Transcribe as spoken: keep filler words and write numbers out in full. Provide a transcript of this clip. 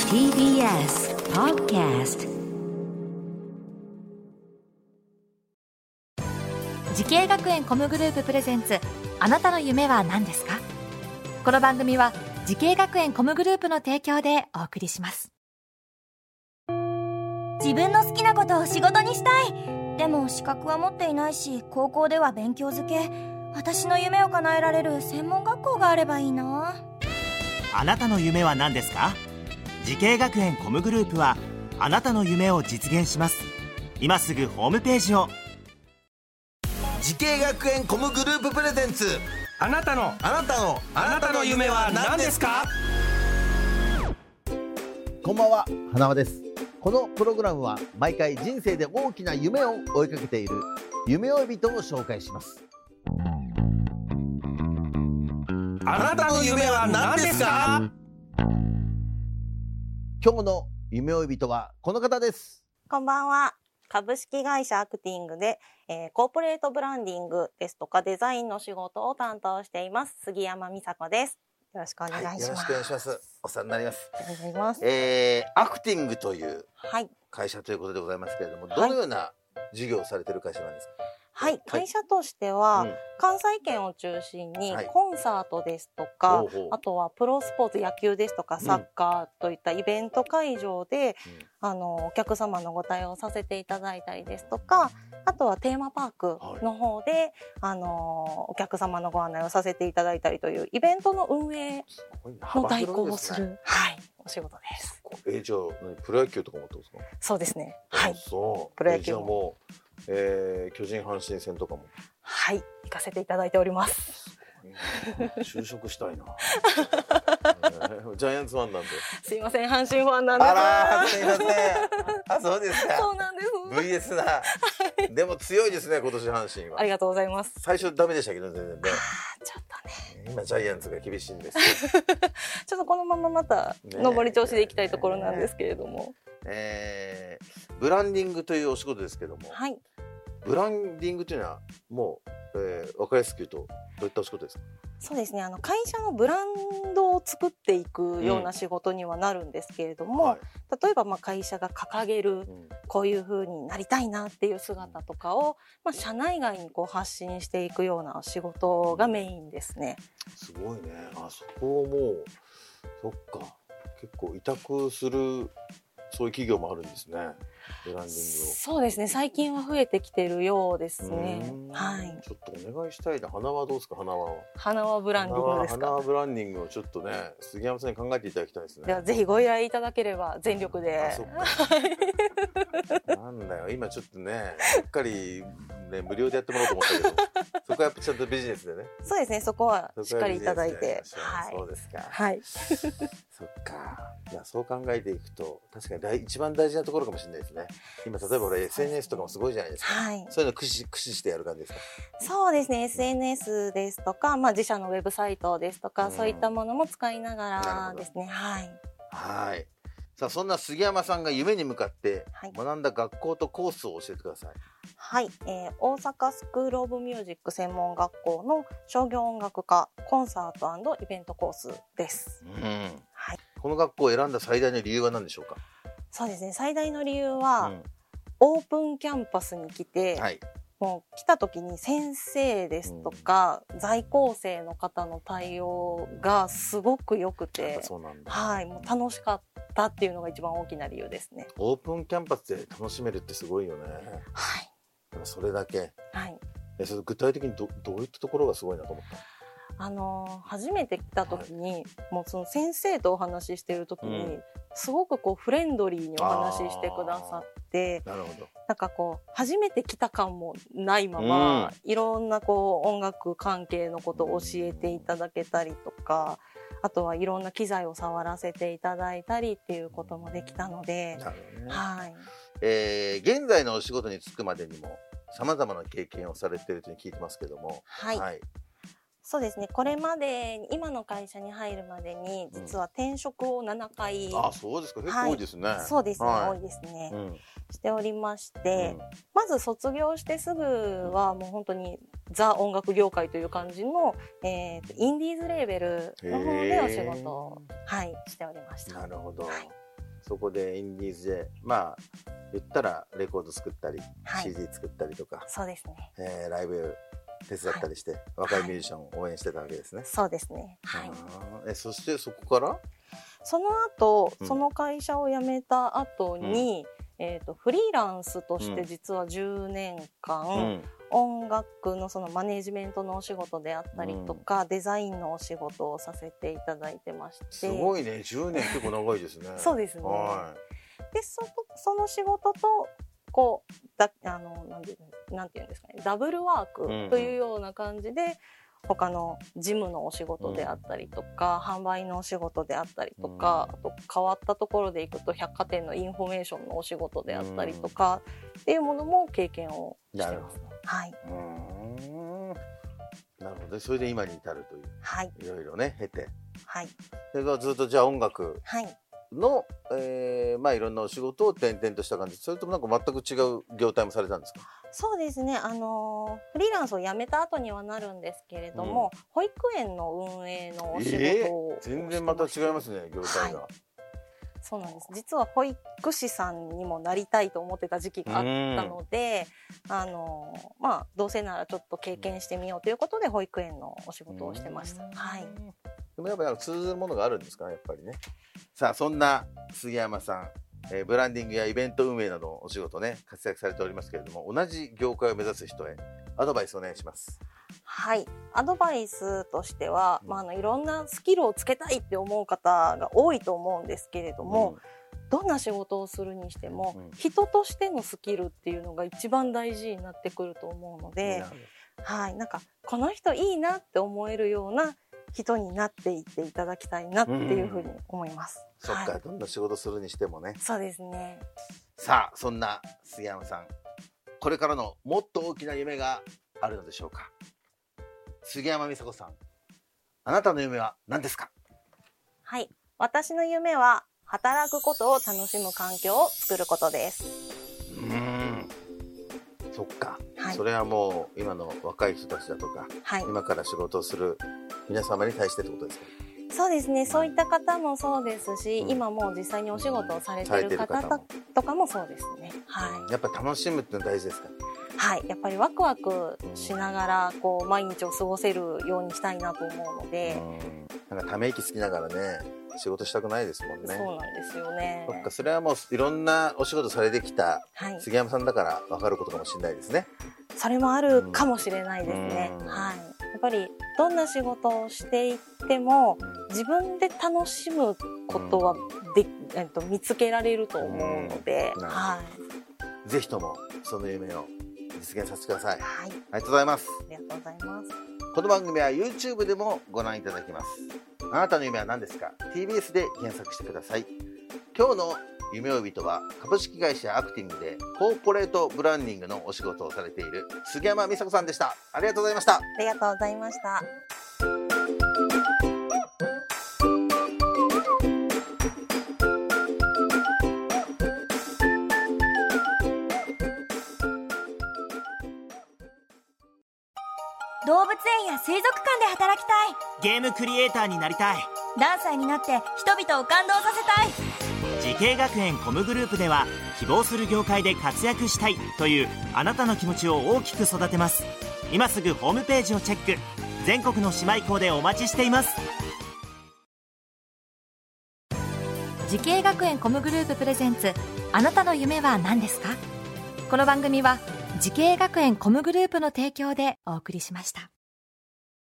ティービーエス Podcast。 時系学園コムグループプレゼンツ、あなたの夢は何ですか？この番組は時系学園コムグループの提供でお送りします。 自分の好きなことを仕事にしたい。でも資格は持っていないし、高校では勉強づけ。私の夢を叶えられる専門学校があればいいな。 あなたの夢は何ですか？時系学園コムグループはあなたの夢を実現します。今すぐホームページを。 時系学園コムグループプレゼンツ、 あなたのあなたのあなたの夢は何ですか？ こんばんは、花輪です。このプログラムは毎回人生で大きな夢を追いかけている夢追い人を紹介します。 あなたの夢は何ですか？ 今日の夢追い人はこの方です。 こんばんは。株式会社アクティングで、えー、コーポレートブランディングですとかデザインの仕事を担当しています杉山美佐子です。よろしくお願いします。 はい、よろしくお願いします。お世話になります。 お願いします。 えー、アクティングというはい会社ということでございますけれども、はい、どのような事業をされている会社なんですか？ はい、会社としては、うん、関西圏を中心にコンサートですとか、はい、あとはプロスポーツ、野球ですとかサッカーといったイベント会場で、うん、あのお客様のご対応させていただいたりですとか、あとはテーマパークの方で、はい、あのお客様のご案内をさせていただいたりというイベントの運営の代行をする、ね、はい、お仕事です。 えー、じゃあプロ野球とかもってことですか？そうですね。はい。そう。プロ野球も。えー、じゃあもうえー、巨人阪神戦とかもはい行かせていただいております。 すごいな。就職したいな。えー、ジャイアンツファンなんで。 すいません、阪神ファンなんです。 あらすいません。あ、そうですか。 そうなんです。 ブイエス な、はい、でも強いですね今年阪神は。 ありがとうございます。 最初ダメでしたけど全然ね。 ちょっとね。 今ジャイアンツが厳しいんです。 ちょっとこのまままた上り調子でいきたいところなんですけれども。ねえー、ブランディングというお仕事ですけども、 はい、 ブランディングというのはもう、えー、分かりやすく言うとどういったお仕事ですか？ そうですね、あの会社のブランドを作っていくような仕事にはなるんですけれども、うんはい、例えばまあ会社が掲げる、うん、こういう風になりたいなっていう姿とかを、まあ、社内外にこう発信していくような仕事がメインですね。 すごいね。あそこをもうそっか結構委託するそういう企業もあるんですね。ブランディングを。 そうですね。最近は増えてきてるようですね。はい。 ちょっとお願いしたいな。花はどうですか？花は。 花はブランディングですか？ 花はブランディングをちょっとね、杉山さんに考えていただきたいですね。 ではぜひご依頼いただければ全力で。 あ、そっか。なんだよ。今ちょっとね、しっかりね無料でやってもらおうと思ったけど、そこはやっぱちゃんとビジネスでね。 そうですね。そこはしっかりいただいて。 はい。そうですか。 はい。 そっか。いやそう考えていくと確かに大一番大事なところかもしれないですね。今例えば俺 エスエヌエス とかもすごいじゃないですか。はい、そういうの駆使駆使してやる感じですか？ そうですね。エスエヌエス ですとか、まあ自社のウェブサイトですとか、うん、そういったものも使いながらですね。はい。 はい。さあそんな杉山さんが夢に向かって学んだ学校とコースを教えてください。 はい、えー、大阪スクールオブミュージック専門学校の商業音楽科コンサート&イベントコースです。 うん、はい。この学校を選んだ最大の理由は何でしょうか？ そうですね。最大の理由は、うん、オープンキャンパスに来て、はい、もう来た時に先生ですとか、うん、在校生の方の対応がすごく良くて、 そうなんだ。 はい、もう楽しかったっていうのが一番大きな理由ですね。 オープンキャンパスで楽しめるってすごいよね。 はい。 それだけ。 はい。 え、それ具体的に ど, どういったところがすごいなと思った？ あのー、初めて来た時に、はい、もうその先生とお話ししている時に、うん、すごくこうフレンドリーにお話ししてくださって、 なるほど。 なんかこう初めて来た感もないまま、うん、いろんなこう音楽関係のことを教えていただけたりとか、あとはいろんな機材を触らせていただいたりっていうこともできたので、 なるほどね。 はい。 えー、現在のお仕事に就くまでにも様々な経験をされているというふうに聞いてますけども、 はい。はい、そうですね。これまで今の会社に入るまでに実は転職をななかい、 うん、あ、そうですか。結構多いですね。 はい、そうですね、はい、多いですね、うん、しておりまして、うん、まず卒業してすぐはもう本当にザ音楽業界という感じの、えー、インディーズレーベルの方でお仕事を、はい、しておりました。 なるほど。はい、 そこでインディーズでまあ言ったらレコード作ったり、 はい、 シーディー 作ったりとか、 そうですね、 えー、ライブ手伝ったりして、はい、若いミュージシャンを応援してたわけですね。はい、 そうですね、はい、 えそしてそこからその後、うん、その会社を辞めた後に、うんえーと、フリーランスとして実はじゅうねんかん、うん、音楽のそのマネージメントのお仕事であったりとか、うん、デザインのお仕事をさせていただいてまして。 すごいね、じゅうねん結構長いですね。 そうですね。はい、で そ, その仕事とこうだあのなんて、なんていうんですかね、ダブルワークというような感じで、うんうん、他の事務のお仕事であったりとか、うん、販売のお仕事であったりとか、うん、あと変わったところでいくと百貨店のインフォメーションのお仕事であったりとか、うん、っていうものも経験をしてますね。はい。うーん、なるほど。それで今に至るという。はい。いろいろね経て。はい。それからずっとじゃあ音楽の、はいえー、まあいろんなお仕事を転々とした感じ。それともなんか全く違う業態もされたんですか？ そうですね、あのフリーランスを辞めた後にはなるんですけれども、うん、保育園の運営のお仕事を、 えー、全然また違いますね、業態が。はい、 そうなんです。実は保育士さんにもなりたいと思ってた時期があったので、あのまあどうせならちょっと経験してみようということで保育園のお仕事をしてました。はい。 でもやっぱり通ずるものがあるんですかね、やっぱりね。さあそんな杉山さん。えー、ブランディングやイベント運営などのお仕事ね活躍されておりますけれども、同じ業界を目指す人へアドバイスお願いします。 はい、アドバイスとしては、うんまあ、あのいろんなスキルをつけたいって思う方が多いと思うんですけれども、うん、どんな仕事をするにしても、うん、人としてのスキルっていうのが一番大事になってくると思うので、うん、はい、なんかこの人いいなって思えるような人になっていっていただきたいなっていうふうに思います。 うん、そっか、はい、どんな仕事するにしてもね。 そうですね。 さあそんな杉山さん、これからのもっと大きな夢があるのでしょうか？杉山美佐子さん、あなたの夢は何ですか？ はい、私の夢は働くことを楽しむ環境を作ることです。 うーん、そっか、はい、それはもう今の若い人たちだとか、はい、今から仕事をする皆様に対してってことですか？ そうですね、そういった方もそうですし、うん、今もう実際にお仕事をされてる方とかもそうですね。はい、 やっぱり楽しむってのは大事ですか？ はい、やっぱりワクワクしながらこう毎日を過ごせるようにしたいなと思うので、 うん、なんかため息つきながらね仕事したくないですもんね。 そうなんですよね。 そっか、それはもういろんなお仕事されてきた杉山さんだから分かることかもしれないですね。 それもあるかもしれないですね。はい、やっぱりどんな仕事をしていっても自分で楽しむことはで、えっと、見つけられると思うので、はい、 ぜひともその夢を実現させてください。 はい、 ありがとうございます。 ありがとうございます。 この番組は YouTube でもご覧いただけます。あなたの夢は何ですか？ ティービーエス で検索してください。今日の夢追い人は株式会社アクティングでコーポレートブランディングのお仕事をされている杉山美佐子さんでした。ありがとうございました。 ありがとうございました。 動物園や水族館で働きたい。 ゲームクリエイターになりたい。 ダンサーになって人々を感動させたい。 時系学園コムグループでは希望する業界で活躍したいというあなたの気持ちを大きく育てます。今すぐホームページをチェック。全国の姉妹校でお待ちしています。 時系学園コムグループプレゼンツ、あなたの夢は何ですか？この番組は時系学園コムグループの提供でお送りしました。